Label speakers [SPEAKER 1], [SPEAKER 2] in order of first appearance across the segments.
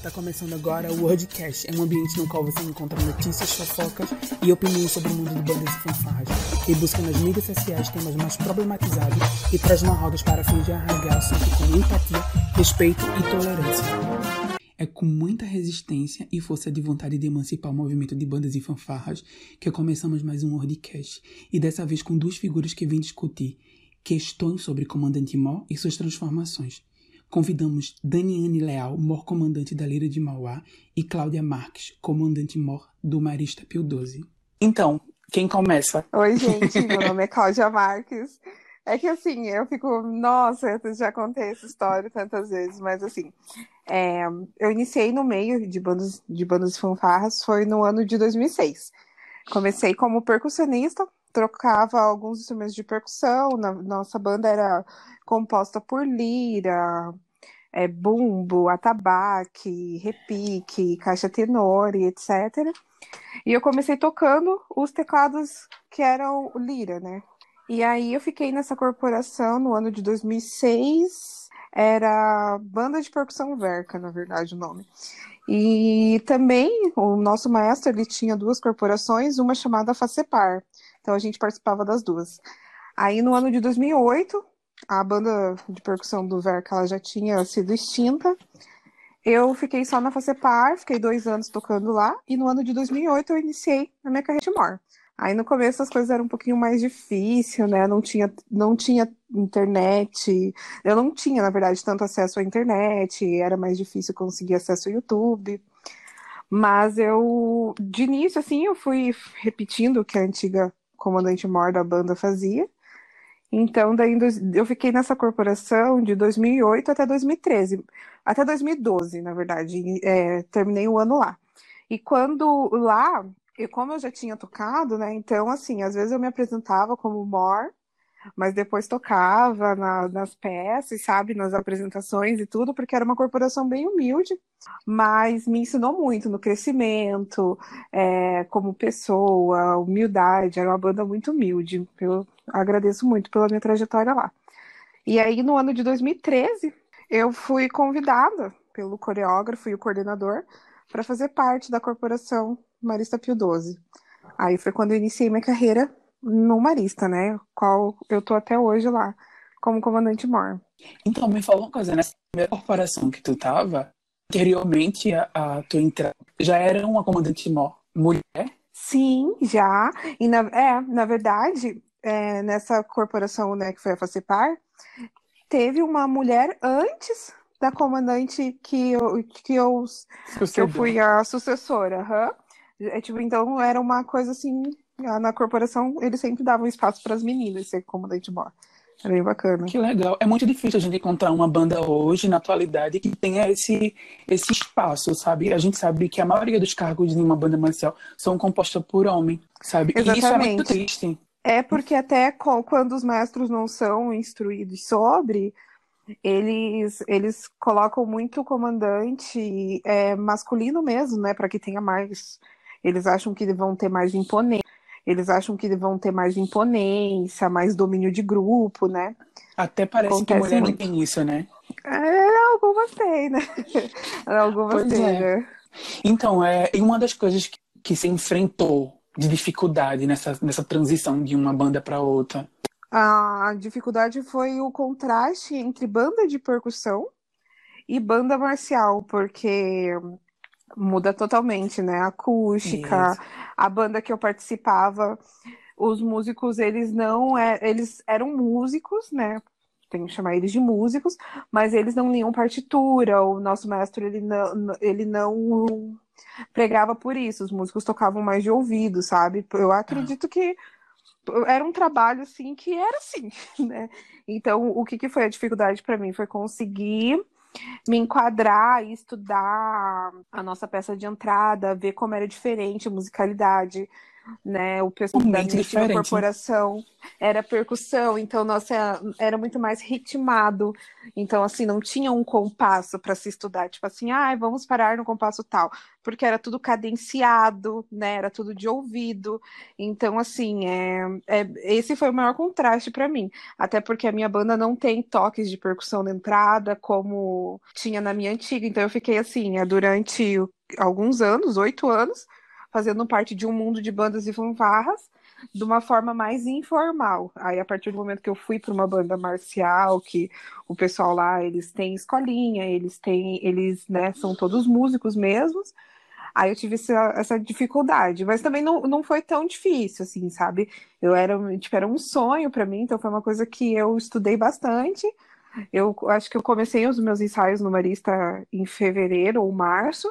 [SPEAKER 1] Está começando agora o Wordcast, é um ambiente no qual você encontra notícias, fofocas e opiniões sobre o mundo de bandas e fanfarras, que busca nas mídias sociais temas mais problematizados e traz uma rodas para fins de arregar assunto com empatia, respeito e tolerância. É com muita resistência e força de vontade de emancipar o movimento de bandas e fanfarras que começamos mais um Wordcast, e dessa vez com duas figuras que vêm discutir questões sobre Comandante Mor e suas transformações. Convidamos Daniane Leal, Mor comandante da Lira de Mauá, e Cláudia Marques, comandante Mor do Marista Pio XII. Então, quem começa?
[SPEAKER 2] Oi, gente, meu nome é Cláudia Marques. É que assim, eu fico, nossa, eu já contei essa história tantas vezes, mas assim, eu iniciei no meio de bandas e fanfarras, foi no ano de 2006. Comecei como percussionista, trocava alguns instrumentos de percussão, nossa banda era composta por lira, bumbo, atabaque, repique, caixa tenor e etc. E eu comecei tocando os teclados que eram lira, né? E aí eu fiquei nessa corporação no ano de 2006. Era Banda de Percussão Verca, na verdade, o nome. E também o nosso maestro, ele tinha duas corporações, uma chamada Facepar. Então a gente participava das duas. Aí no ano de 2008, a banda de percussão do Verca ela já tinha sido extinta. Eu fiquei só na Facepar, fiquei 2 anos tocando lá, e no ano de 2008 eu iniciei a minha carreira de Mor. Aí no começo as coisas eram um pouquinho mais difíceis, né? Não tinha internet. Eu não tinha, na verdade, tanto acesso à internet, era mais difícil conseguir acesso ao YouTube. Mas de início, assim, eu fui repetindo o que a antiga comandante Mor da banda fazia. Então, daí eu fiquei nessa corporação de 2008 até 2013, até 2012, na verdade, terminei o ano lá. E quando lá, como eu já tinha tocado, né, então, assim, às vezes eu me apresentava como Mor, mas depois tocava nas peças, sabe, nas apresentações e tudo, porque era uma corporação bem humilde, mas me ensinou muito no crescimento, como pessoa, humildade, era uma banda muito humilde. Eu agradeço muito pela minha trajetória lá. E aí, no ano de 2013, eu fui convidada pelo coreógrafo e o coordenador para fazer parte da corporação Marista Pio XII. Aí foi quando eu iniciei minha carreira no Marista, né? Qual eu tô até hoje lá, como comandante Mor.
[SPEAKER 1] Então, me fala uma coisa, nessa primeira corporação que tu tava, anteriormente a tua entrada, já era uma comandante Mor mulher?
[SPEAKER 2] Sim, já. E na verdade, nessa corporação, né, que foi a Facipar, teve uma mulher antes da comandante que eu
[SPEAKER 1] Sucedeu.
[SPEAKER 2] fui a sucessora. Aham. Tipo, então era uma coisa assim, na corporação eles sempre davam espaço para as meninas ser comandante mor. Era bem bacana.
[SPEAKER 1] Que legal. É muito difícil a gente encontrar uma banda hoje, na atualidade, que tenha esse espaço, sabe? A gente sabe que a maioria dos cargos de uma banda marcial são compostos por homem, sabe? E isso é muito
[SPEAKER 2] Exatamente.
[SPEAKER 1] triste.
[SPEAKER 2] É porque até quando os maestros não são instruídos sobre, eles colocam muito comandante masculino mesmo, né? Para que tenha mais. Eles acham que vão ter mais imponência. Eles acham que vão ter mais imponência, mais domínio de grupo, né?
[SPEAKER 1] Até parece que
[SPEAKER 2] Acontece
[SPEAKER 1] mulher não
[SPEAKER 2] muito.
[SPEAKER 1] tem isso, né?
[SPEAKER 2] Algumas têm, né? Algumas
[SPEAKER 1] Pois
[SPEAKER 2] têm,
[SPEAKER 1] é.
[SPEAKER 2] né?
[SPEAKER 1] Então, e uma das coisas que se enfrentou de dificuldade nessa transição de uma banda para outra.
[SPEAKER 2] A dificuldade foi o contraste entre banda de percussão e banda marcial, porque muda totalmente, né? A acústica,
[SPEAKER 1] Isso.
[SPEAKER 2] a banda que eu participava, os músicos, eles eram músicos, né? Tem que chamar eles de músicos, mas eles não liam partitura. O nosso mestre, ele não pregava por isso. Os músicos tocavam mais de ouvido, sabe? Eu
[SPEAKER 1] Ah,
[SPEAKER 2] acredito que era um trabalho assim que era assim, né? Então, o que foi a dificuldade para mim foi conseguir me enquadrar e estudar a nossa peça de entrada, ver como era diferente a musicalidade. né? O pessoal da
[SPEAKER 1] Totalmente
[SPEAKER 2] minha antiga
[SPEAKER 1] diferente.
[SPEAKER 2] corporação era percussão, então, nossa, era muito mais ritmado. Então, assim, não tinha um compasso para se estudar, tipo assim, ah, vamos parar no compasso tal, porque era tudo cadenciado, né? Era tudo de ouvido. Então, assim, esse foi o maior contraste para mim. Até porque a minha banda não tem toques de percussão na entrada, como tinha na minha antiga. Então, eu fiquei assim, durante alguns anos, 8 anos fazendo parte de um mundo de bandas e fanfarras de uma forma mais informal. Aí, a partir do momento que eu fui para uma banda marcial, que o pessoal lá, eles têm escolinha, eles, né, são todos músicos mesmos. Aí eu tive essa dificuldade, mas também não foi tão difícil, assim, sabe? Tipo, era um sonho para mim, então foi uma coisa que eu estudei bastante. Eu acho que eu comecei os meus ensaios no Marista em fevereiro ou março,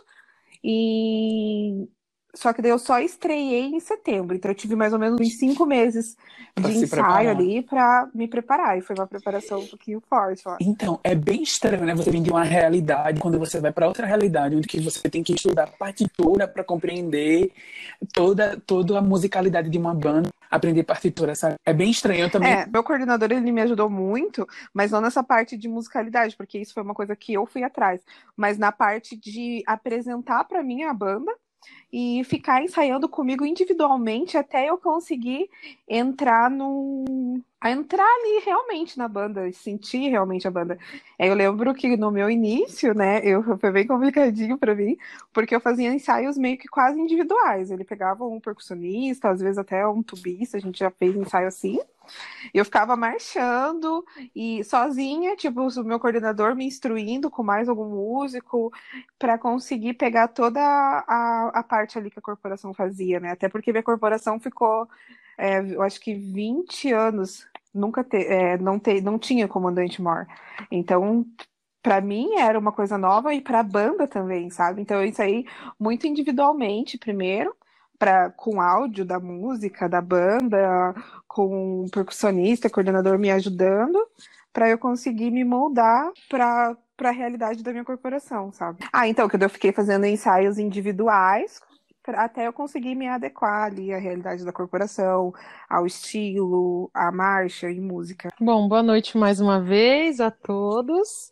[SPEAKER 2] e só que daí eu só estreiei em setembro, então eu tive mais ou menos uns 5 meses
[SPEAKER 1] Para
[SPEAKER 2] de
[SPEAKER 1] se
[SPEAKER 2] ensaio
[SPEAKER 1] preparar.
[SPEAKER 2] ali para me preparar, e foi uma preparação um pouquinho forte lá.
[SPEAKER 1] Então, é bem estranho, né? Você vem de uma realidade, quando você vai para outra realidade, onde que você tem que estudar partitura para compreender toda a musicalidade de uma banda, aprender partitura, sabe? É bem estranho. Eu também.
[SPEAKER 2] Meu coordenador, ele me ajudou muito, mas não nessa parte de musicalidade, porque isso foi uma coisa que eu fui atrás, mas na parte de apresentar para mim a banda e ficar ensaiando comigo individualmente até eu conseguir entrar a entrar ali realmente na banda, sentir realmente a banda. Eu lembro que no meu início, né, foi bem complicadinho para mim, porque eu fazia ensaios meio que quase individuais. Ele pegava um percussionista, às vezes até um tubista, a gente já fez ensaio assim. Eu ficava marchando e sozinha, tipo, o meu coordenador me instruindo com mais algum músico para conseguir pegar toda a parte ali que a corporação fazia, né? Até porque minha corporação ficou, eu acho que 20 anos, nunca não tinha comandante-mor. Então, para mim era uma coisa nova e para a banda também, sabe? Então eu ensaiei muito individualmente primeiro, com áudio da música, da banda, com um percussionista, coordenador me ajudando, para eu conseguir me moldar para a realidade da minha corporação, sabe? Ah, então, que eu fiquei fazendo ensaios individuais até eu conseguir me adequar ali à realidade da corporação, ao estilo, à marcha e música.
[SPEAKER 3] Bom, boa noite mais uma vez a todos.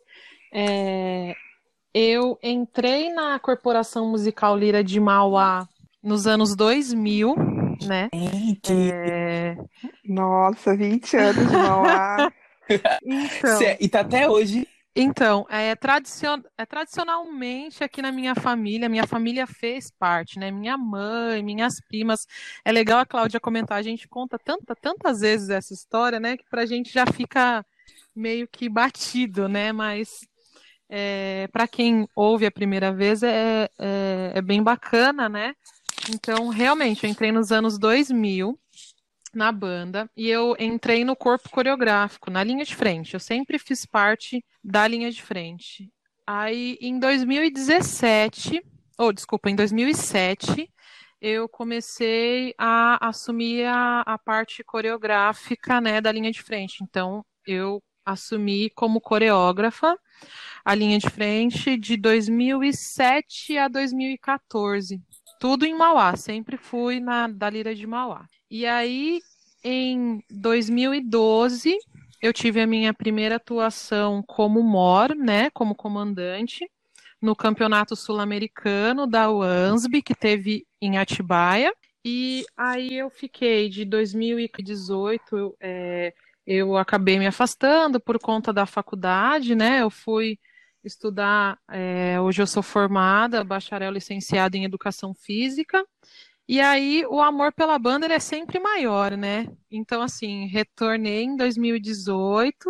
[SPEAKER 3] Eu entrei na Corporação Musical Lira de Mauá nos anos 2000, né?
[SPEAKER 1] Gente,
[SPEAKER 2] Nossa, 20 anos de Mauá.
[SPEAKER 1] e tá até hoje.
[SPEAKER 3] Então, tradicionalmente aqui na minha família fez parte, né? Minha mãe, minhas primas. É legal a Cláudia comentar, a gente conta tantas vezes essa história, né? Que pra gente já fica meio que batido, né? Mas para quem ouve a primeira vez é bem bacana, né? Então, realmente, eu entrei nos anos 2000 na banda e eu entrei no corpo coreográfico, na linha de frente. Eu sempre fiz parte da linha de frente. Aí, em 2017, em 2007, eu comecei a assumir a parte coreográfica, né, da linha de frente. Então, eu assumi como coreógrafa a linha de frente de 2007 a 2014. Tudo em Mauá, sempre fui da Lira de Mauá. E aí, em 2012, eu tive a minha primeira atuação como MOR, né, como comandante, no Campeonato Sul-Americano da UANSB, que teve em Atibaia. E aí eu fiquei de 2018, eu acabei me afastando por conta da faculdade, né? Eu fui estudar, hoje eu sou formada, bacharel licenciada em Educação Física, e aí o amor pela banda ele é sempre maior, né? Então, assim, retornei em 2018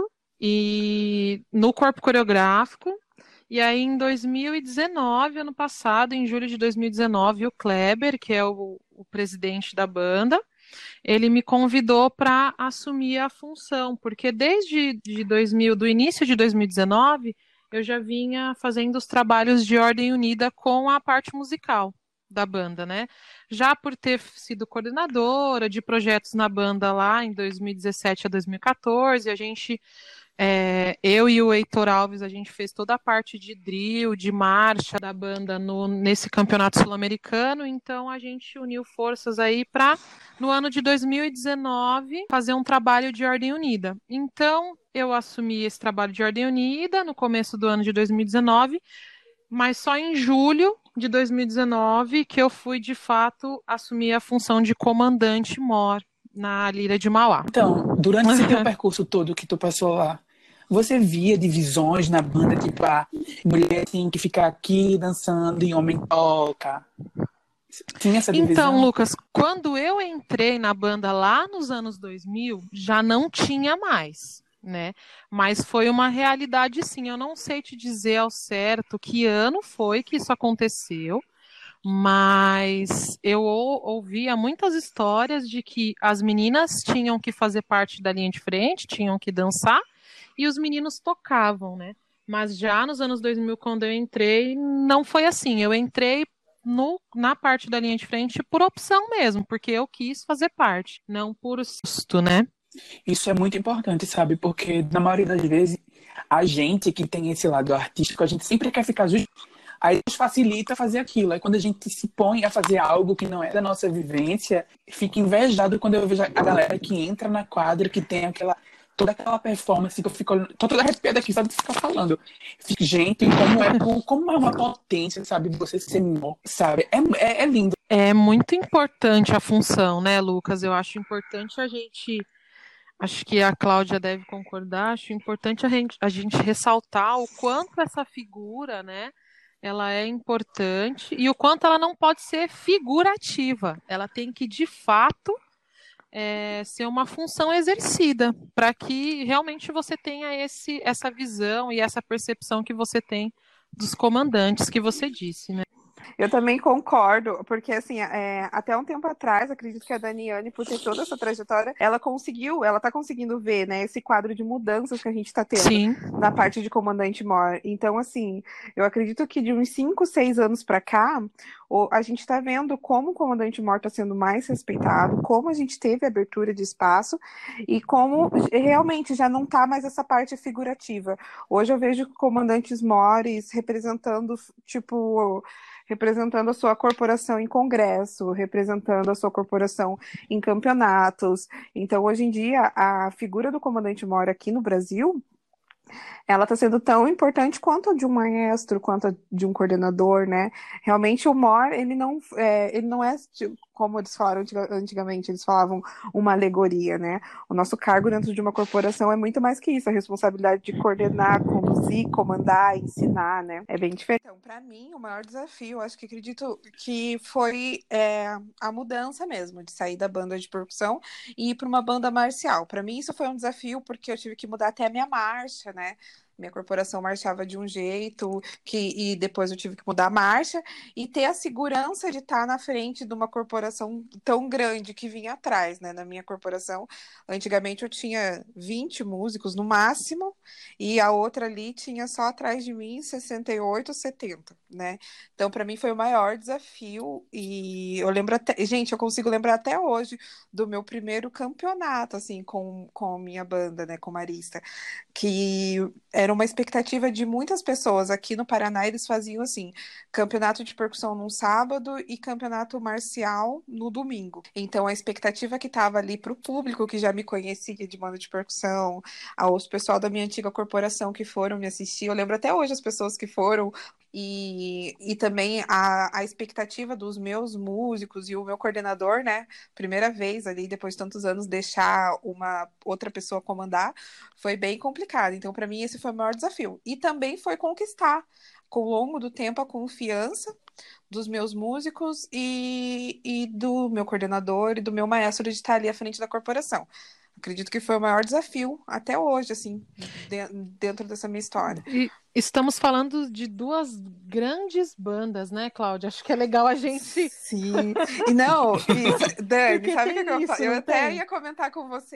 [SPEAKER 3] e no corpo coreográfico, e aí em 2019, ano passado, em julho de 2019, o Kleber, que é o presidente da banda, ele me convidou para assumir a função, porque desde do início de 2019, eu já vinha fazendo os trabalhos de ordem unida com a parte musical da banda, né? Já por ter sido coordenadora de projetos na banda lá em 2017 a 2014, a gente Eu e o Heitor Alves, a gente fez toda a parte de drill, de marcha da banda nesse campeonato sul-americano, então a gente uniu forças aí para, no ano de 2019, fazer um trabalho de Ordem Unida. Então, eu assumi esse trabalho de Ordem Unida no começo do ano de 2019, mas só em julho de 2019 que eu fui, de fato, assumir a função de comandante-mor na Lira de Mauá.
[SPEAKER 1] Então, durante esse teu percurso todo que tu passou lá, você via divisões na banda, tipo, a mulher tem que ficar aqui dançando e homem toca? Tinha essa divisão?
[SPEAKER 3] Então, Lucas, quando eu entrei na banda lá nos anos 2000, já não tinha mais, né? Mas foi uma realidade, sim. Eu não sei te dizer ao certo que ano foi que isso aconteceu, mas eu ouvia muitas histórias de que as meninas tinham que fazer parte da linha de frente, tinham que dançar, e os meninos tocavam, né? Mas já nos anos 2000, quando eu entrei, não foi assim. Eu entrei na parte da linha de frente por opção mesmo, porque eu quis fazer parte, não por susto, né?
[SPEAKER 1] Isso é muito importante, sabe? Porque na maioria das vezes, a gente que tem esse lado artístico, a gente sempre quer ficar justo. Aí nos facilita fazer aquilo. Aí quando a gente se põe a fazer algo que não é da nossa vivência, fica invejado quando eu vejo a galera que entra na quadra, que tem toda aquela performance que eu fico olhando, tô toda arrepiada aqui, sabe, de ficar falando. Fico, gente, como é uma potência, sabe, você ser sabe, é lindo.
[SPEAKER 3] É muito importante a função, né, Lucas? Eu acho importante a gente, acho que a Cláudia deve concordar, acho importante a gente ressaltar o quanto essa figura, né, ela é importante e o quanto ela não pode ser figurativa. Ela tem que, de fato, ser uma função exercida, para que realmente você tenha essa visão e essa percepção que você tem dos comandantes que você disse, né?
[SPEAKER 2] Eu também concordo, porque assim, até um tempo atrás, acredito que a Daniane, por ter toda essa trajetória, ela tá conseguindo ver, né, esse quadro de mudanças que a gente tá tendo
[SPEAKER 3] Sim.
[SPEAKER 2] na parte de comandante-mor. Então, assim, eu acredito que de uns 5, 6 anos para cá, a gente tá vendo como o comandante-mor tá sendo mais respeitado, como a gente teve abertura de espaço e como realmente já não tá mais essa parte figurativa. Hoje eu vejo comandantes mores representando a sua corporação em congresso, representando a sua corporação em campeonatos. Então, hoje em dia, a figura do comandante-mor aqui no Brasil, ela está sendo tão importante quanto a de um maestro, quanto a de um coordenador, né? Realmente o MOR, ele não é, como eles falaram antigamente, eles falavam uma alegoria, né? O nosso cargo dentro de uma corporação é muito mais que isso, a responsabilidade de coordenar, conduzir, comandar, ensinar, né? É bem diferente. Então, para mim, o maior desafio, acho que acredito que foi a mudança mesmo, de sair da banda de percussão e ir para uma banda marcial. Para mim, isso foi um desafio, porque eu tive que mudar até a minha marcha, né? Minha corporação marchava de um jeito, e depois eu tive que mudar a marcha, e ter a segurança de estar na frente de uma corporação tão grande que vinha atrás, né? Na minha corporação, antigamente eu tinha 20 músicos no máximo, e a outra ali tinha só atrás de mim 68, 70, né? Então, para mim foi o maior desafio, e eu lembro gente, eu consigo lembrar até hoje do meu primeiro campeonato, assim, com a minha banda, né, com Marista, que era uma expectativa de muitas pessoas. Aqui no Paraná eles faziam assim, campeonato de percussão no sábado e campeonato marcial no domingo. Então a expectativa que estava ali para o público que já me conhecia de banda de percussão, aos pessoal da minha antiga corporação que foram me assistir, eu lembro até hoje as pessoas que foram, e também a expectativa dos meus músicos e o meu coordenador, né, primeira vez ali, depois de tantos anos, deixar uma outra pessoa comandar, foi bem complicado. Então, para mim, esse foi o maior desafio. E também foi conquistar, com o longo do tempo, a confiança dos meus músicos e do meu coordenador e do meu maestro de estar ali à frente da corporação. Acredito que foi o maior desafio até hoje, assim, dentro dessa minha história.
[SPEAKER 3] E estamos falando de duas grandes bandas, né, Cláudia? Acho que é legal a gente...
[SPEAKER 2] Sim. E não, Dani,
[SPEAKER 3] porque
[SPEAKER 2] sabe o que
[SPEAKER 3] tem isso,
[SPEAKER 2] eu
[SPEAKER 3] não
[SPEAKER 2] até
[SPEAKER 3] tem?
[SPEAKER 2] ia comentar com você?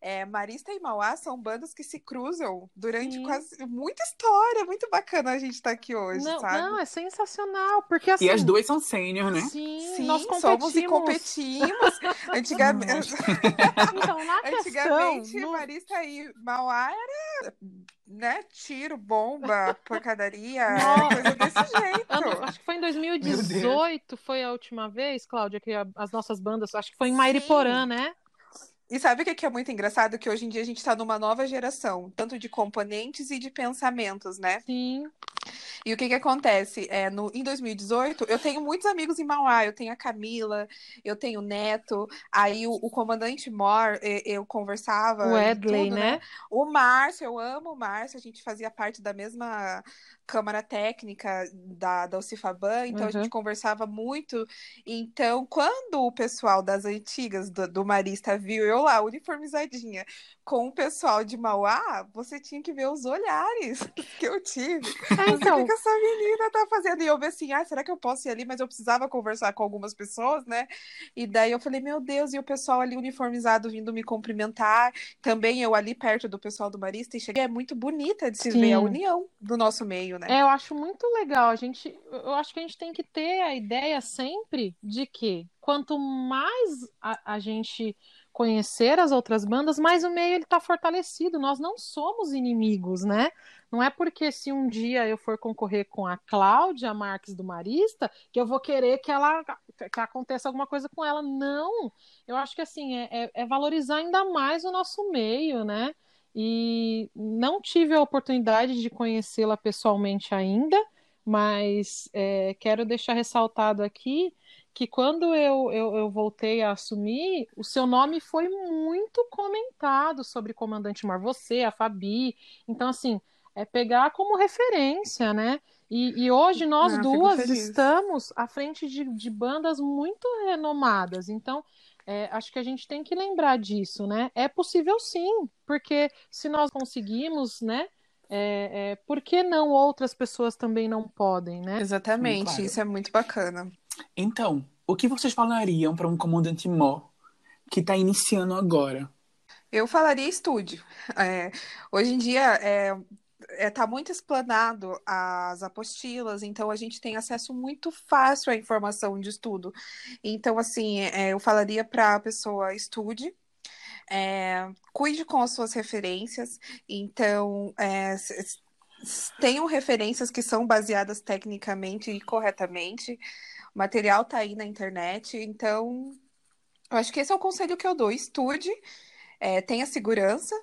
[SPEAKER 2] Marista e Mauá são bandas que se cruzam durante
[SPEAKER 3] Sim.
[SPEAKER 2] quase muita história. Muito bacana a gente estar aqui hoje,
[SPEAKER 3] Não,
[SPEAKER 2] sabe?
[SPEAKER 3] não, é sensacional, porque
[SPEAKER 1] E as
[SPEAKER 3] assim,
[SPEAKER 1] duas são sênior, né?
[SPEAKER 3] sim, nós
[SPEAKER 2] Sim, somos e
[SPEAKER 3] competimos.
[SPEAKER 2] competimos. Antigamente,
[SPEAKER 3] Então, na questão,
[SPEAKER 2] antigamente Marista e Mauá era, né, tiro, bomba, pancadaria, coisa desse jeito.
[SPEAKER 3] acho que foi em
[SPEAKER 1] Meu Deus.
[SPEAKER 3] 2018, foi a última vez, Cláudia, que as nossas bandas, acho que foi em Mairiporã,
[SPEAKER 2] Sim.
[SPEAKER 3] né?
[SPEAKER 2] E sabe o que é muito engraçado? Que hoje em dia a gente está numa nova geração, tanto de componentes e de pensamentos, né?
[SPEAKER 3] Sim,
[SPEAKER 2] E o que acontece? Em 2018, eu tenho muitos amigos em Mauá. Eu tenho a Camila, eu tenho o Neto, aí o comandante Mor, eu
[SPEAKER 3] o
[SPEAKER 2] conversava e
[SPEAKER 3] Edley,
[SPEAKER 2] tudo, né?
[SPEAKER 3] né?
[SPEAKER 2] O Márcio, eu amo o Márcio, a gente fazia parte da mesma câmara técnica da Ucifaban, então a gente
[SPEAKER 3] Uhum.
[SPEAKER 2] conversava muito. Então, quando o pessoal das antigas do Marista viu eu lá, uniformizadinha, com o pessoal de Mauá, você tinha que ver os olhares que eu tive. Mas o que
[SPEAKER 3] Então,
[SPEAKER 2] essa menina tá fazendo? E eu vi assim, será que eu posso ir ali? Mas eu precisava conversar com algumas pessoas, né? E daí eu falei, meu Deus, e o pessoal ali uniformizado vindo me cumprimentar. Também eu ali perto do pessoal do Marista, e cheguei, é muito bonita de se ver a
[SPEAKER 3] sim.
[SPEAKER 2] união do nosso meio, né?
[SPEAKER 3] Eu acho muito legal. Eu acho que a gente tem que ter a ideia sempre de que quanto mais a gente conhecer as outras bandas, mais o meio ele está fortalecido. Nós não somos inimigos, né? Não é porque se um dia eu for concorrer com a Cláudia Marques do Marista que eu vou querer que aconteça alguma coisa com ela. Não. Eu acho que assim é valorizar ainda mais o nosso meio, né? E não tive a oportunidade de conhecê-la pessoalmente ainda, mas quero deixar ressaltado aqui que quando eu voltei a assumir, o seu nome foi muito comentado sobre Comandante Mar, você, a Fabi. Então, assim, é pegar como referência, né? E hoje nós
[SPEAKER 2] Fico
[SPEAKER 3] duas
[SPEAKER 2] feliz.
[SPEAKER 3] estamos à frente de bandas muito renomadas. Então, acho que a gente tem que lembrar disso, né? É possível sim, porque se nós conseguimos, né? Por que não outras pessoas também não podem, né?
[SPEAKER 1] Sim,
[SPEAKER 2] Exatamente,
[SPEAKER 1] claro.
[SPEAKER 2] isso é muito bacana.
[SPEAKER 1] Então, o que vocês falariam para um comandante mor que está iniciando agora?
[SPEAKER 2] Eu falaria estúdio. Hoje em dia tá muito explanado as apostilas, então a gente tem acesso muito fácil à informação de estudo. Então, assim, eu falaria para a pessoa estude, cuide com as suas referências, então tenham referências que são baseadas tecnicamente e corretamente. O material tá aí na internet, então eu acho que esse é o conselho que eu dou. Estude, tenha segurança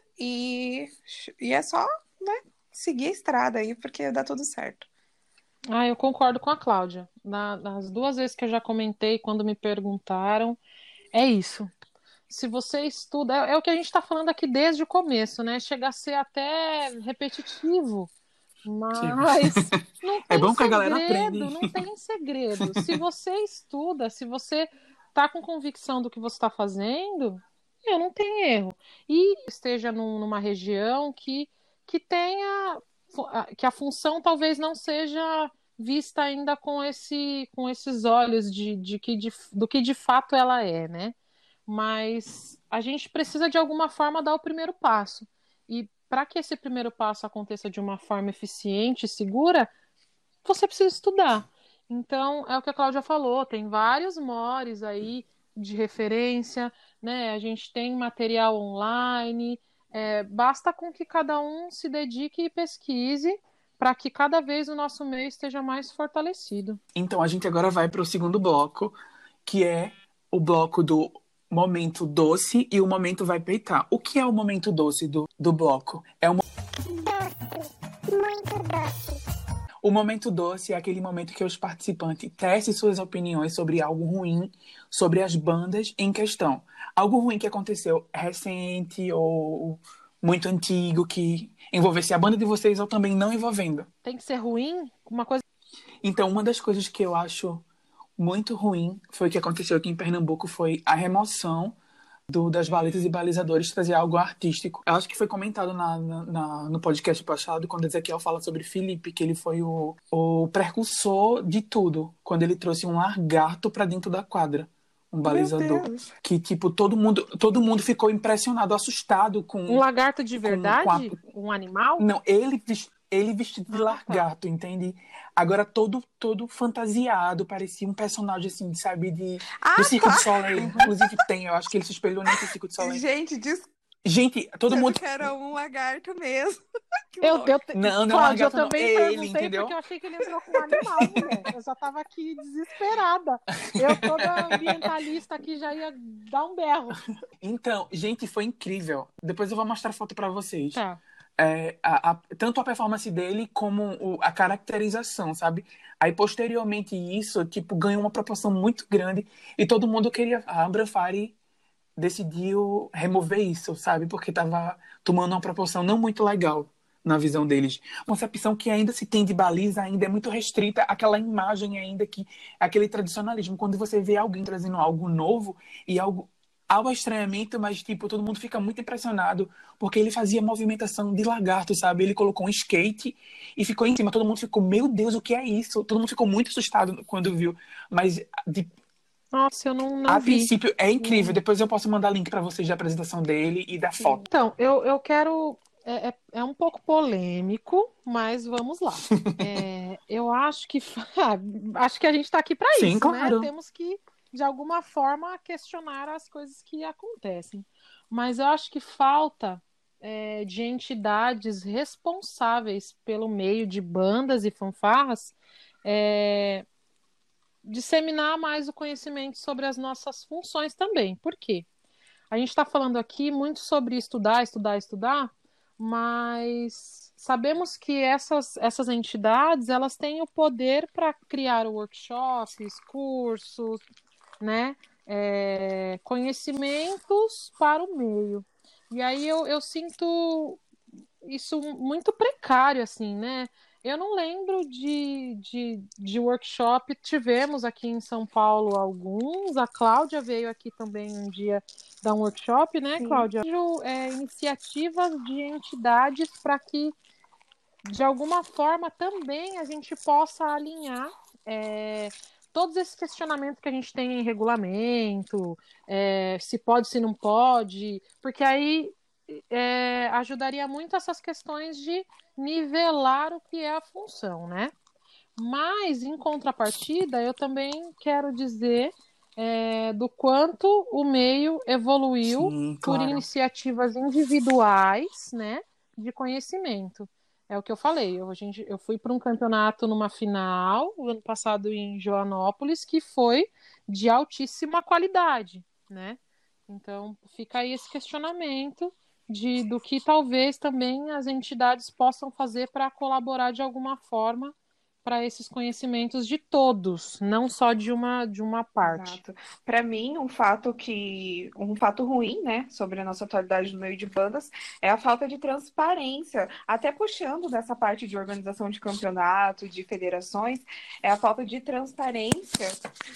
[SPEAKER 2] e é só, né, seguir a estrada aí, porque dá tudo certo.
[SPEAKER 3] Ah, eu concordo com a Cláudia. Nas duas vezes que eu já comentei, quando me perguntaram, é isso. Se você estuda, é o que a gente está falando aqui desde o começo, né? Chega a ser até repetitivo,
[SPEAKER 1] Sim.
[SPEAKER 3] mas não
[SPEAKER 1] É
[SPEAKER 3] tem
[SPEAKER 1] bom que a galera aprende.
[SPEAKER 3] segredo, não tem segredo. Se você estuda, se você está com convicção do que você está fazendo, não tem erro. E esteja numa região que tenha, que a função talvez não seja vista ainda com esses olhos do que de fato ela é, né? Mas a gente precisa de alguma forma dar o primeiro passo. E para que esse primeiro passo aconteça de uma forma eficiente e segura, você precisa estudar. Então, é o que a Cláudia falou, tem vários mores aí de referência, né? A gente tem material online, basta com que cada um se dedique e pesquise para que cada vez o nosso meio esteja mais fortalecido.
[SPEAKER 1] Então, a gente agora vai para o segundo bloco, que é o bloco do momento doce e o momento vai peitar. O que é o momento doce do bloco? O momento doce é aquele momento que os participantes testem suas opiniões sobre algo ruim, sobre as bandas em questão. Algo ruim que aconteceu recente ou muito antigo, que envolvesse a banda de vocês ou também não envolvendo.
[SPEAKER 3] Tem que ser ruim? Uma coisa.
[SPEAKER 1] Então, uma das coisas que eu acho muito ruim foi o que aconteceu aqui em Pernambuco, foi a remoção das balizas e balizadores trazer algo artístico. Eu acho que foi comentado no podcast passado, quando Ezequiel fala sobre Felipe, que ele foi o precursor de tudo, quando ele trouxe um lagarto para dentro da quadra. um
[SPEAKER 2] Meu
[SPEAKER 1] balizador.
[SPEAKER 2] Deus.
[SPEAKER 1] Que, tipo, todo mundo ficou impressionado, assustado
[SPEAKER 3] Um lagarto de
[SPEAKER 1] com a...
[SPEAKER 3] verdade? Um animal?
[SPEAKER 1] Não, ele vestido de
[SPEAKER 3] Ah, tá.
[SPEAKER 1] lagarto, entende? Agora todo fantasiado, parecia um personagem, assim, sabe, do
[SPEAKER 2] Ah,
[SPEAKER 1] Circo
[SPEAKER 2] tá.
[SPEAKER 1] du Soleil.
[SPEAKER 3] Uhum.
[SPEAKER 1] Inclusive tem, eu acho que ele se espelhou nesse Circo du Soleil.
[SPEAKER 2] Gente,
[SPEAKER 1] Gente, todo
[SPEAKER 2] achando
[SPEAKER 1] mundo...
[SPEAKER 2] que era um lagarto mesmo. Que
[SPEAKER 3] Eu,
[SPEAKER 2] louco.
[SPEAKER 3] eu,
[SPEAKER 1] Não é um
[SPEAKER 3] Cláudia, eu
[SPEAKER 1] lagarto, não.
[SPEAKER 3] também
[SPEAKER 1] É ele,
[SPEAKER 3] perguntei porque
[SPEAKER 1] entendeu?
[SPEAKER 3] eu achei que ele entrou com um animal, mulher. Eu já tava aqui desesperada. Eu, toda ambientalista aqui, já ia dar um berro.
[SPEAKER 1] Então, gente, foi incrível. Depois eu vou mostrar a foto pra vocês.
[SPEAKER 3] Tá.
[SPEAKER 1] Tanto a performance dele como a caracterização, sabe? Aí, posteriormente, isso, tipo, ganhou uma proporção muito grande e todo mundo queria... A Ambra Fari decidiu remover isso, sabe? Porque tava tomando uma proporção não muito legal na visão deles. Uma concepção que ainda se tem de baliza ainda é muito restrita àquela imagem ainda que... Aquele tradicionalismo. Quando você vê alguém trazendo algo novo e algo estranhamento, mas, tipo, todo mundo fica muito impressionado porque ele fazia movimentação de lagarto, sabe? Ele colocou um skate e ficou em cima. Todo mundo ficou, meu Deus, o que é isso? Todo mundo ficou muito assustado quando viu. Mas,
[SPEAKER 3] Nossa, eu não
[SPEAKER 1] a
[SPEAKER 3] vi.
[SPEAKER 1] princípio, é incrível.
[SPEAKER 3] Não.
[SPEAKER 1] Depois eu posso mandar link pra vocês da apresentação dele e da
[SPEAKER 2] Sim.
[SPEAKER 1] foto.
[SPEAKER 3] Então, eu quero. É um pouco polêmico, mas vamos lá. Eu acho que acho que a gente está aqui para
[SPEAKER 1] Sim,
[SPEAKER 3] isso, né?
[SPEAKER 1] claro.
[SPEAKER 3] Temos que, de alguma forma, questionar as coisas que acontecem. Mas eu acho que falta de entidades responsáveis pelo meio de bandas e fanfarras disseminar mais o conhecimento sobre as nossas funções também. Por quê? A gente está falando aqui muito sobre estudar, estudar, estudar, mas sabemos que essas entidades elas têm o poder para criar workshops, cursos, né? Conhecimentos para o meio. E aí eu sinto isso muito precário, assim, né? Eu não lembro de workshop. Tivemos aqui em São Paulo alguns. A Cláudia veio aqui também um dia dar um workshop, né,
[SPEAKER 2] Sim.
[SPEAKER 3] Cláudia? Vejo iniciativas de entidades para que, de alguma forma, também a gente possa alinhar todos esses questionamentos que a gente tem em regulamento, se pode, se não pode, porque aí ajudaria muito essas questões de nivelar o que é a função, né? Mas, em contrapartida, eu também quero dizer do quanto o meio evoluiu
[SPEAKER 1] Sim,
[SPEAKER 3] por
[SPEAKER 1] claro.
[SPEAKER 3] iniciativas individuais, né, de conhecimento. É o que eu falei. Eu fui para um campeonato numa final, o ano passado em Joanópolis, que foi de altíssima qualidade, né? Então, fica aí esse questionamento do que talvez também as entidades possam fazer para colaborar de alguma forma para esses conhecimentos de todos, não só de uma parte.
[SPEAKER 2] Exato. Para mim, um fato ruim, né, sobre a nossa atualidade no meio de bandas é a falta de transparência. Até puxando dessa parte de organização de campeonato, de federações, é a falta de transparência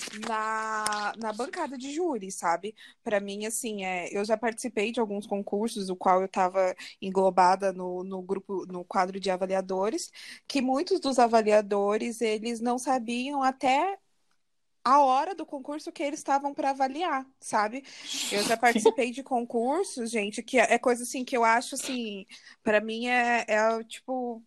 [SPEAKER 2] na bancada de júri, sabe? Para mim, assim, eu já participei de alguns concursos, o qual eu estava englobada no grupo, no quadro de avaliadores, que muitos dos avaliadores eles não sabiam até a hora do concurso que eles estavam para avaliar, sabe? Eu já participei de concursos, gente, que é coisa assim que eu acho assim, para mim tipo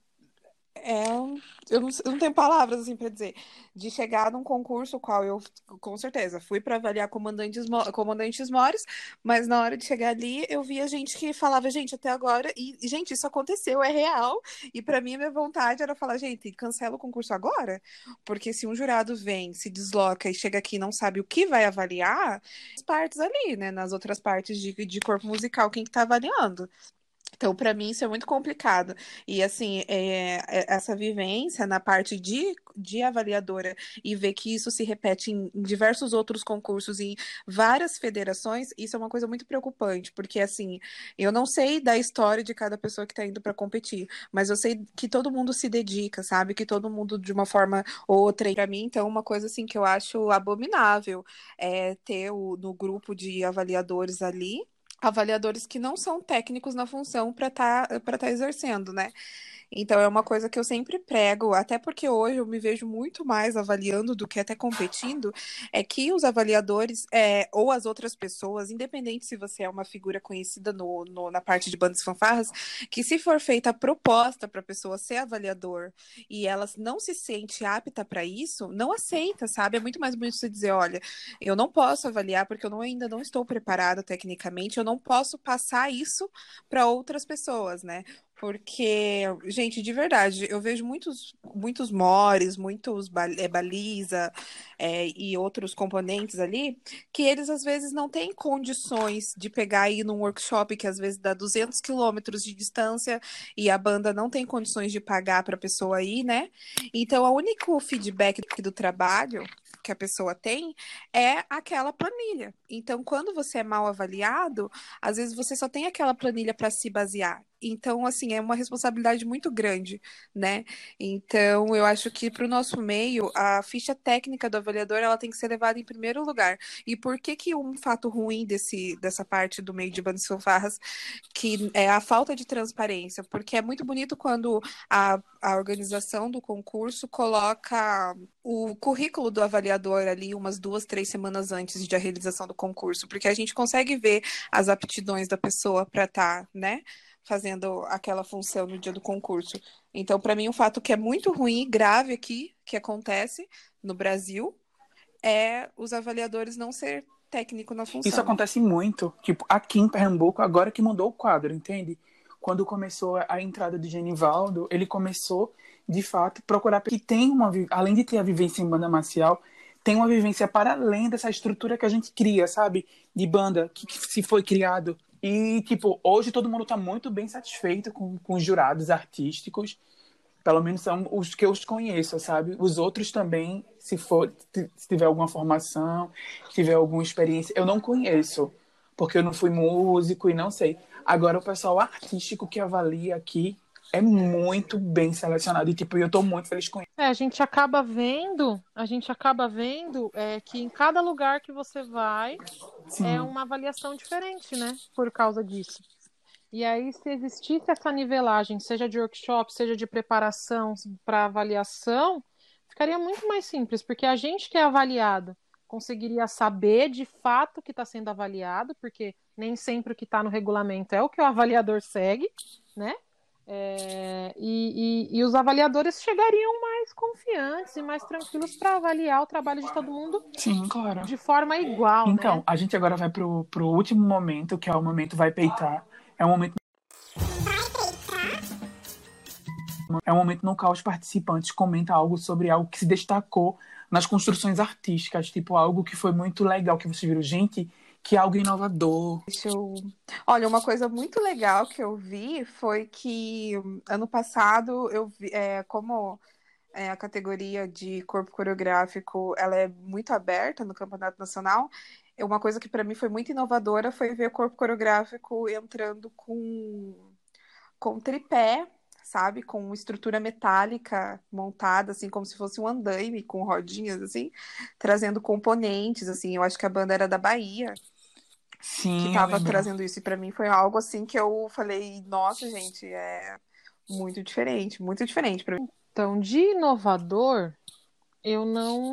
[SPEAKER 2] eu não tenho palavras assim para dizer, de chegar num concurso qual eu com certeza fui para avaliar comandantes mores, mas na hora de chegar ali eu via gente que falava, gente, até agora gente, isso aconteceu, é real, e para mim a minha vontade era falar, gente, cancela o concurso agora, porque se um jurado vem, se desloca e chega aqui e não sabe o que vai avaliar, as partes ali, né, nas outras partes de corpo musical, quem que tá avaliando? Então, para mim, isso é muito complicado. E, assim, essa vivência na parte de avaliadora e ver que isso se repete em diversos outros concursos, em várias federações, isso é uma coisa muito preocupante, porque, assim, eu não sei da história de cada pessoa que está indo para competir, mas eu sei que todo mundo se dedica, sabe? Que todo mundo, de uma forma ou outra, para mim, então, uma coisa, assim, que eu acho abominável é ter no grupo de avaliadores ali avaliadores que não são técnicos na função para tá exercendo, né? Então é uma coisa que eu sempre prego, até porque hoje eu me vejo muito mais avaliando do que até competindo, é que os avaliadores ou as outras pessoas, independente se você é uma figura conhecida na parte de bandas e fanfarras, que se for feita a proposta para a pessoa ser avaliador e ela não se sente apta para isso, não aceita, sabe? É muito mais bonito você dizer, olha, eu não posso avaliar porque ainda não estou preparada tecnicamente, eu não posso passar isso para outras pessoas, né? Porque, gente, de verdade, eu vejo muitos mores, baliza e outros componentes ali, que eles às vezes não têm condições de pegar e ir num workshop que às vezes dá 200 quilômetros de distância e a banda não tem condições de pagar para a pessoa ir, né? Então, o único feedback do trabalho que a pessoa tem é aquela planilha. Então, quando você é mal avaliado, às vezes você só tem aquela planilha para se basear. Então, assim, é uma responsabilidade muito grande, né? Então, eu acho que para o nosso meio, a ficha técnica do avaliador, ela tem que ser levada em primeiro lugar. E por que um fato ruim dessa parte do meio de bandas e fanfarras, que é a falta de transparência? Porque é muito bonito quando a organização do concurso coloca o currículo do avaliador ali umas 2, 3 semanas antes da realização do concurso, porque a gente consegue ver as aptidões da pessoa para estar, né, fazendo aquela função no dia do concurso. Então, para mim, um fato que é muito ruim e grave aqui, que acontece no Brasil, é os avaliadores não ser técnico na
[SPEAKER 1] Isso
[SPEAKER 2] função.
[SPEAKER 1] acontece muito, tipo, aqui em Pernambuco, agora que mudou o quadro, entende? Quando começou a entrada de Genivaldo, ele começou, de fato, procurar que tem além de ter a vivência em banda marcial, tem uma vivência para além dessa estrutura que a gente cria, sabe? De banda que se foi criado. E, tipo, hoje todo mundo está muito bem satisfeito com os jurados artísticos. Pelo menos são os que eu conheço, sabe? Os outros também, se tiver alguma formação, se tiver alguma experiência, eu não conheço, porque eu não fui músico e não sei. Agora, o pessoal artístico que avalia aqui é muito bem selecionado e, tipo, eu tô muito feliz com isso.
[SPEAKER 3] A gente acaba vendo que em cada lugar que você vai é
[SPEAKER 1] Sim.
[SPEAKER 3] uma avaliação diferente, né? Por causa disso. E aí, se existisse essa nivelagem, seja de workshop, seja de preparação para avaliação, ficaria muito mais simples, porque a gente que é avaliado conseguiria saber de fato o que está sendo avaliado, porque nem sempre o que está no regulamento é o que o avaliador segue, né? E os avaliadores chegariam mais confiantes e mais tranquilos para avaliar o trabalho de todo mundo
[SPEAKER 1] Sim, claro.
[SPEAKER 3] de forma igual,
[SPEAKER 1] Então,
[SPEAKER 3] né?
[SPEAKER 1] a gente agora vai pro último momento, que é o momento Vai Peitar. É um momento no qual os participantes comentam algo sobre algo que se destacou nas construções artísticas, tipo algo que foi muito legal, que vocês viram, gente, que é algo inovador.
[SPEAKER 2] Olha, uma coisa muito legal que eu vi foi que ano passado eu vi, como a categoria de corpo coreográfico ela é muito aberta no Campeonato Nacional. Uma coisa que para mim foi muito inovadora foi ver o corpo coreográfico entrando com tripé, sabe? Com estrutura metálica montada, assim, como se fosse um andaime, com rodinhas, assim, trazendo componentes, assim. Eu acho que a banda era da Bahia que
[SPEAKER 1] Sim, eu
[SPEAKER 2] estava
[SPEAKER 1] lembro.
[SPEAKER 2] trazendo isso. E para mim foi algo, assim, que eu falei, nossa, gente, é muito diferente para mim.
[SPEAKER 3] Então, de inovador, eu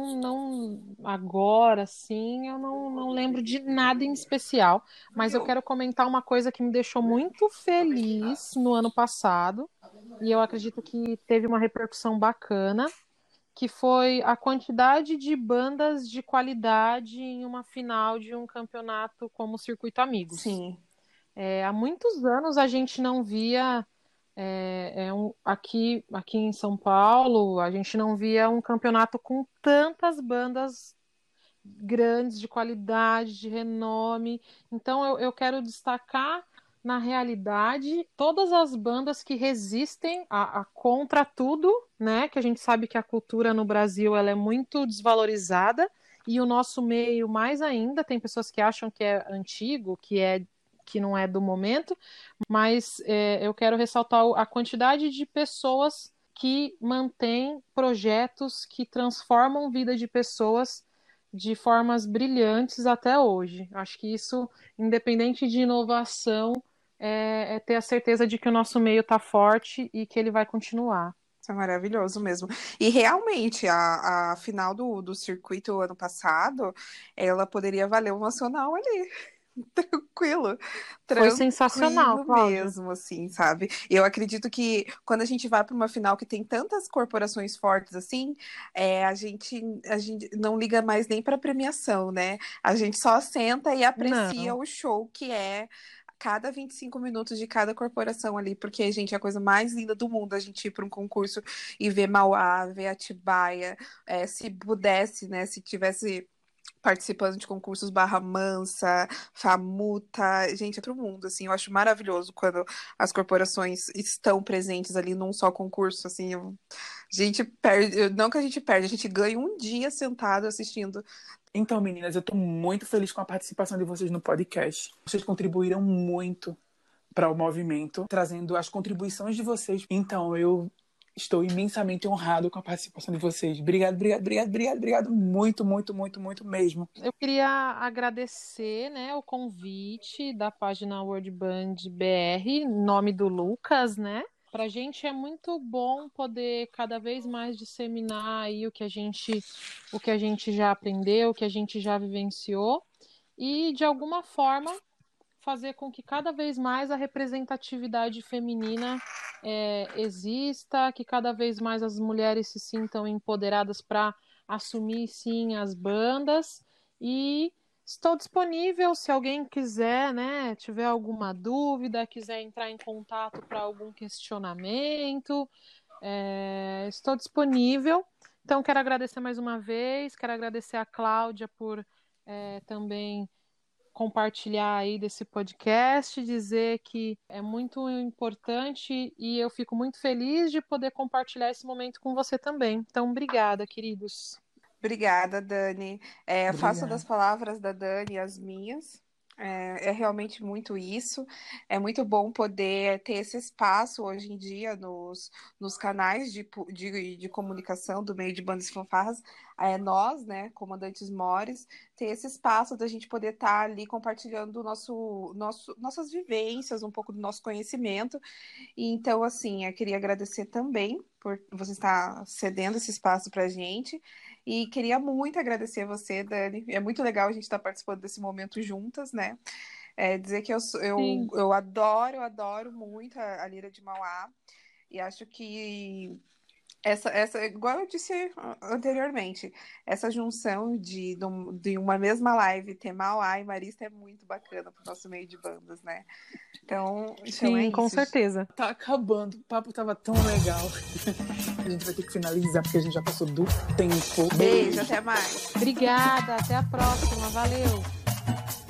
[SPEAKER 3] agora sim, eu não lembro de nada em especial, mas eu quero comentar uma coisa que me deixou muito feliz no ano passado, e eu acredito que teve uma repercussão bacana, que foi a quantidade de bandas de qualidade em uma final de um campeonato como o Circuito Amigos.
[SPEAKER 2] Sim.
[SPEAKER 3] Há muitos anos a gente não via aqui em São Paulo, a gente não via um campeonato com tantas bandas grandes, de qualidade, de renome. Então eu quero destacar, na realidade, todas as bandas que resistem a contra tudo, né? Que a gente sabe que a cultura no Brasil ela é muito desvalorizada, e o nosso meio mais ainda. Tem pessoas que acham que é antigo, que não é do momento, mas eu quero ressaltar a quantidade de pessoas que mantêm projetos que transformam vida de pessoas de formas brilhantes até hoje. Acho que isso, independente de inovação, é ter a certeza de que o nosso meio tá forte e que ele vai continuar.
[SPEAKER 2] Isso é maravilhoso mesmo. E realmente, a final do circuito ano passado, ela poderia valer o nacional ali. Tranquilo,
[SPEAKER 3] Foi sensacional,
[SPEAKER 2] tranquilo
[SPEAKER 3] Cláudia.
[SPEAKER 2] mesmo, assim, sabe? Eu acredito que quando a gente vai para uma final que tem tantas corporações fortes assim, a gente não liga mais nem para premiação, né? A gente só senta e aprecia
[SPEAKER 3] Não.
[SPEAKER 2] o show que é cada 25 minutos de cada corporação ali, porque, gente, é a coisa mais linda do mundo a gente ir para um concurso e ver Mauá, ver Atibaia, se pudesse, né, se tivesse participando de concursos Barra Mansa, Famuta, gente, é outro mundo, assim, eu acho maravilhoso quando as corporações estão presentes ali num só concurso, assim, a gente perde, não que a gente perde, a gente ganha um dia sentado assistindo.
[SPEAKER 1] Então, meninas, eu tô muito feliz com a participação de vocês no podcast. Vocês contribuíram muito para o movimento, trazendo as contribuições de vocês. Então, eu estou imensamente honrado com a participação de vocês. Obrigado, obrigado, obrigado, obrigado, obrigado. Muito, muito, muito, muito mesmo.
[SPEAKER 3] Eu queria agradecer, né, o convite da página World Band BR, em nome do Lucas, né? Pra gente é muito bom poder cada vez mais disseminar aí o que a gente já aprendeu, o que a gente já vivenciou e de alguma forma fazer com que cada vez mais a representatividade feminina exista, que cada vez mais as mulheres se sintam empoderadas para assumir sim as bandas e estou disponível se alguém quiser, né, tiver alguma dúvida, quiser entrar em contato para algum questionamento, estou disponível. Então quero agradecer mais uma vez, quero agradecer a Cláudia por também compartilhar aí desse podcast, dizer que é muito importante e eu fico muito feliz de poder compartilhar esse momento com você também. Então, obrigada, queridos.
[SPEAKER 2] Obrigada, Dani. Faço das
[SPEAKER 1] Obrigado.
[SPEAKER 2] palavras da Dani as minhas. É realmente muito isso. É muito bom poder ter esse espaço hoje em dia nos canais de comunicação do meio de bandas e fanfarras. Nós, né, comandantes mores, ter esse espaço da gente poder estar ali compartilhando nossas vivências, um pouco do nosso conhecimento. E então, assim, eu queria agradecer também por você estar cedendo esse espaço para a gente. E queria muito agradecer você, Dani. É muito legal a gente estar participando desse momento juntas, né? Dizer que
[SPEAKER 3] Sim.
[SPEAKER 2] eu adoro muito a Lira de Mauá. E acho que igual eu disse anteriormente, essa junção de uma mesma live ter Mauá e Marista é muito bacana para o nosso meio de bandas, né? Então é
[SPEAKER 3] Sim,
[SPEAKER 2] isso.
[SPEAKER 3] com certeza.
[SPEAKER 1] Tá acabando. O papo tava tão legal. A gente vai ter que finalizar porque a gente já passou do tempo.
[SPEAKER 2] Beijo, até mais.
[SPEAKER 3] Obrigada, até a próxima. Valeu.